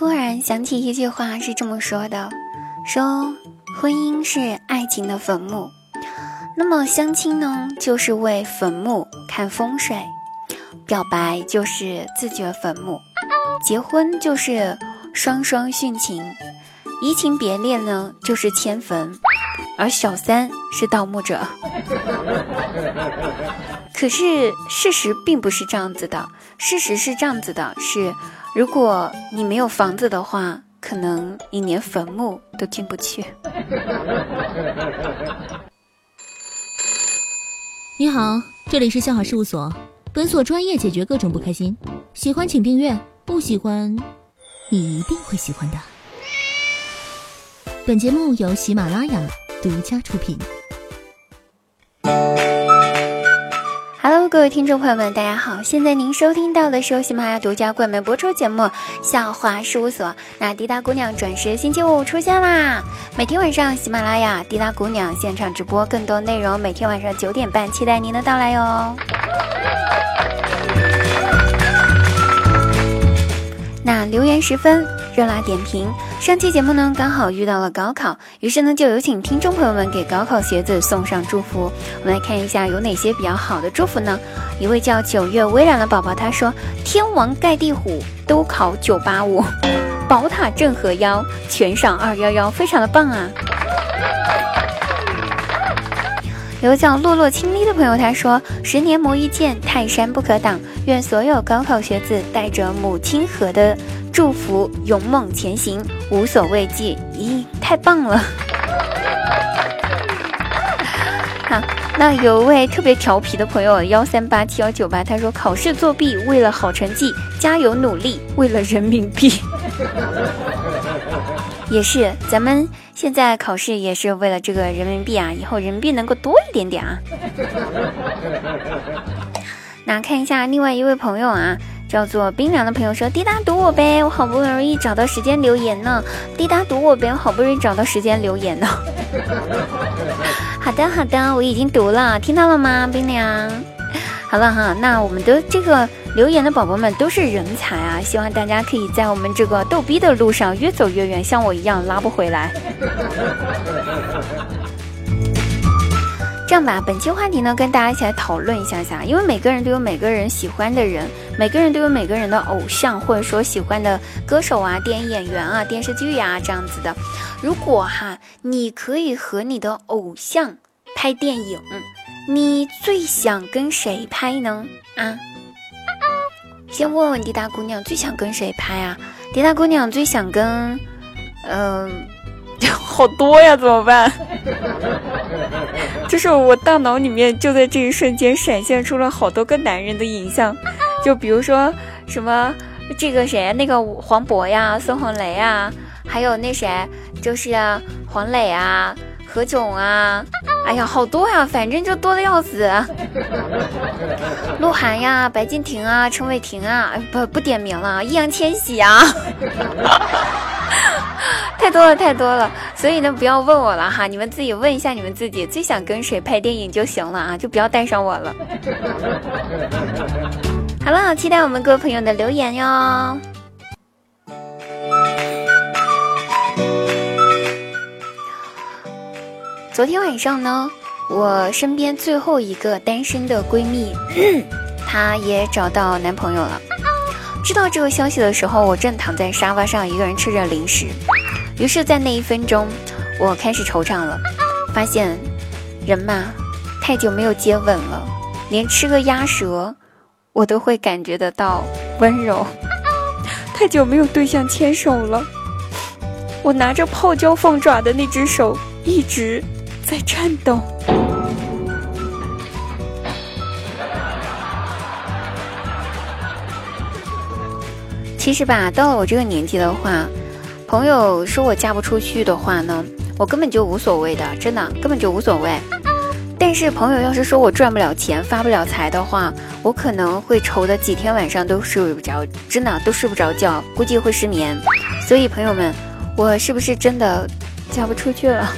突然想起一句话是这么说的，说婚姻是爱情的坟墓，那么相亲呢，就是为坟墓看风水，表白就是自掘坟墓，结婚就是双双殉情，移情别恋呢就是迁坟，而小三是盗墓者。可是事实并不是这样子的，事实是这样子的，是如果你没有房子的话，可能你连坟墓都进不去。 你好，这里是笑话事务所，本所专业解决各种不开心，喜欢请订阅，不喜欢你一定会喜欢的。本节目由喜马拉雅独家出品。 Hello， 各位听众朋友们，大家好！现在您收听到的是由喜马拉雅独家冠名播出节目《笑话事务所》。那滴答姑娘准时星期五出现啦！每天晚上喜马拉雅滴答姑娘现场直播，更多内容每天晚上9点半，期待您的到来哟。那留言10分，热辣点评。上期节目呢刚好遇到了高考，于是呢就有请听众朋友们给高考学子送上祝福。我们来看一下有哪些比较好的祝福呢？一位叫9月微软的宝宝，他说天王盖地虎都考985，宝塔镇河妖全上211，非常的棒啊。有个叫落落清丽的朋友，他说10年磨一剑，泰山不可挡，愿所有高考学子带着母亲河的祝福勇猛前行，无所畏惧。咦，太棒了。好，那有位特别调皮的朋友1387198，他说考试作弊为了好成绩，加油努力为了人民币。也是，咱们现在考试也是为了这个人民币啊，以后人民币能够多一点点啊。那看一下另外一位朋友啊，叫做冰凉的朋友说，滴答读我呗，我好不容易找到时间留言呢。滴答读我呗，我好不容易找到时间留言呢。好的好的，我已经读了，听到了吗，冰凉？好了哈，那我们的这个留言的宝宝们都是人才啊，希望大家可以在我们这个逗逼的路上越走越远，像我一样拉不回来。这样吧，本期话题呢跟大家一起来讨论一下下，因为每个人都有每个人喜欢的人，每个人都有每个人的偶像，或者说喜欢的歌手啊、电影演员啊、电视剧啊这样子的。如果哈，你可以和你的偶像拍电影，你最想跟谁拍呢？啊，先问问滴答姑娘最想跟谁拍啊？滴答姑娘最想跟好多呀，怎么办？就是我大脑里面就在这一瞬间闪现出了好多个男人的影像，就比如说什么这个谁，那个黄渤呀、孙红雷啊，还有那谁就是黄磊啊、何炅啊，哎呀好多呀，反正就多的要死。鹿晗呀、白敬亭啊、陈伟霆啊，不点名了，易烊千玺啊。太多了太多了，所以呢不要问我了哈，你们自己问一下你们自己最想跟谁拍电影就行了啊，就不要带上我了。好了，期待我们各位朋友的留言哟。昨天晚上呢，我身边最后一个单身的闺蜜她也找到男朋友了。知道这个消息的时候，我正躺在沙发上一个人吃着零食，于是在那1分钟我开始惆怅了，发现人嘛太久没有接吻了，连吃个鸭舌我都会感觉得到温柔，太久没有对象牵手了，我拿着泡椒凤爪的那只手一直在颤抖。其实吧，到了我这个年纪的话，朋友说我嫁不出去的话呢，我根本就无所谓的，真的根本就无所谓。但是朋友要是说我赚不了钱发不了财的话，我可能会愁的几天晚上都睡不着，真的都睡不着觉，估计会失眠。所以朋友们，我是不是真的嫁不出去了？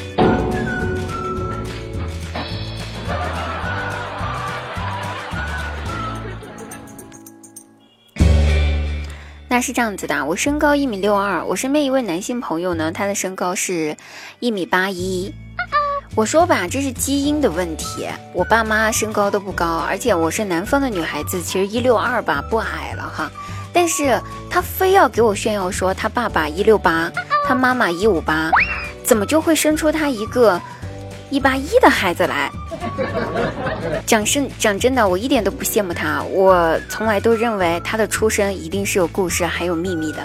那是这样子的，我身高1.62米，我身边一位男性朋友呢，他的身高是1.81米。我说吧，这是基因的问题，我爸妈身高都不高，而且我是南方的女孩子，其实162吧，不矮了哈。但是他非要给我炫耀说他爸爸168，他妈妈158，怎么就会生出他一个181的孩子来？讲真的，我一点都不羡慕他，我从来都认为他的出生一定是有故事还有秘密的。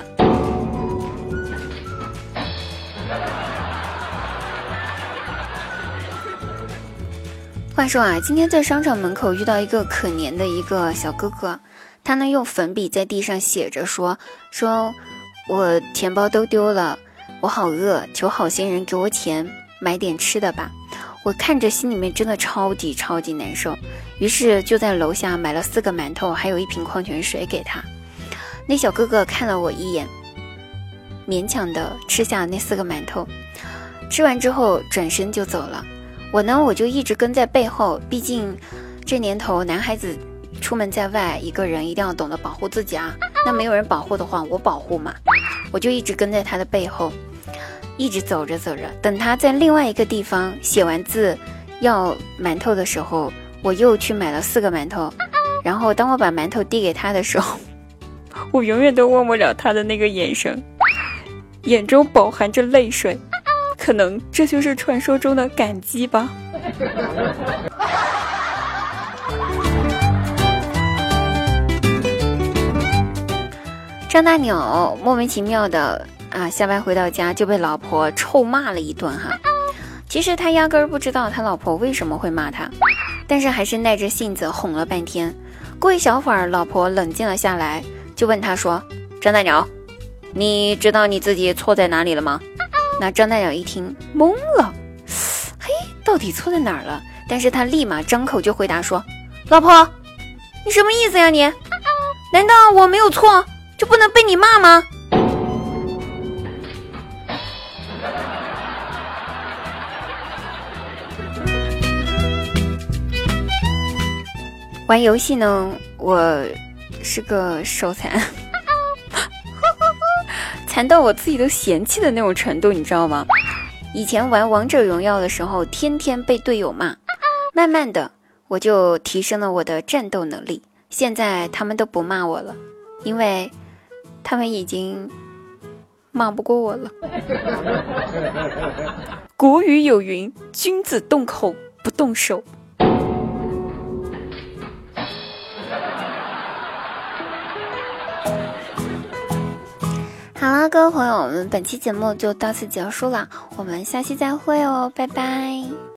话说啊，今天在商场门口遇到一个可怜的一个小哥哥，他呢用粉笔在地上写着说我钱包都丢了，我好饿，求好心人给我钱买点吃的吧。我看着心里面真的超级难受，于是就在楼下买了4个馒头还有1瓶矿泉水给他。那小哥哥看了我一眼，勉强的吃下那4个馒头，吃完之后转身就走了。我就一直跟在背后，毕竟这年头男孩子出门在外一个人一定要懂得保护自己啊，那没有人保护的话我保护嘛，我就一直跟在他的背后，一直走着，等他在另外一个地方写完字要馒头的时候，我又去买了4个馒头，然后当我把馒头递给他的时候，我永远都忘不了他的那个眼神，眼中饱含着泪水，可能这就是传说中的感激吧。张大鸟莫名其妙的下班回到家就被老婆臭骂了一顿哈。其实他压根儿不知道他老婆为什么会骂他，但是还是耐着性子哄了半天。过一小会儿，老婆冷静了下来，就问他说：张大鸟，你知道你自己错在哪里了吗？那张大鸟一听懵了，嘿，到底错在哪儿了？但是他立马张口就回答说：老婆，你什么意思呀你？难道我没有错就不能被你骂吗？玩游戏呢，我是个手残，残到我自己都嫌弃的那种程度，你知道吗？以前玩王者荣耀的时候，天天被队友骂，慢慢的我就提升了我的战斗能力，现在他们都不骂我了，因为他们已经骂不过我了。古语有云，君子动口不动手。好了，各位朋友，我们本期节目就到此结束了，我们下期再会哦，拜拜。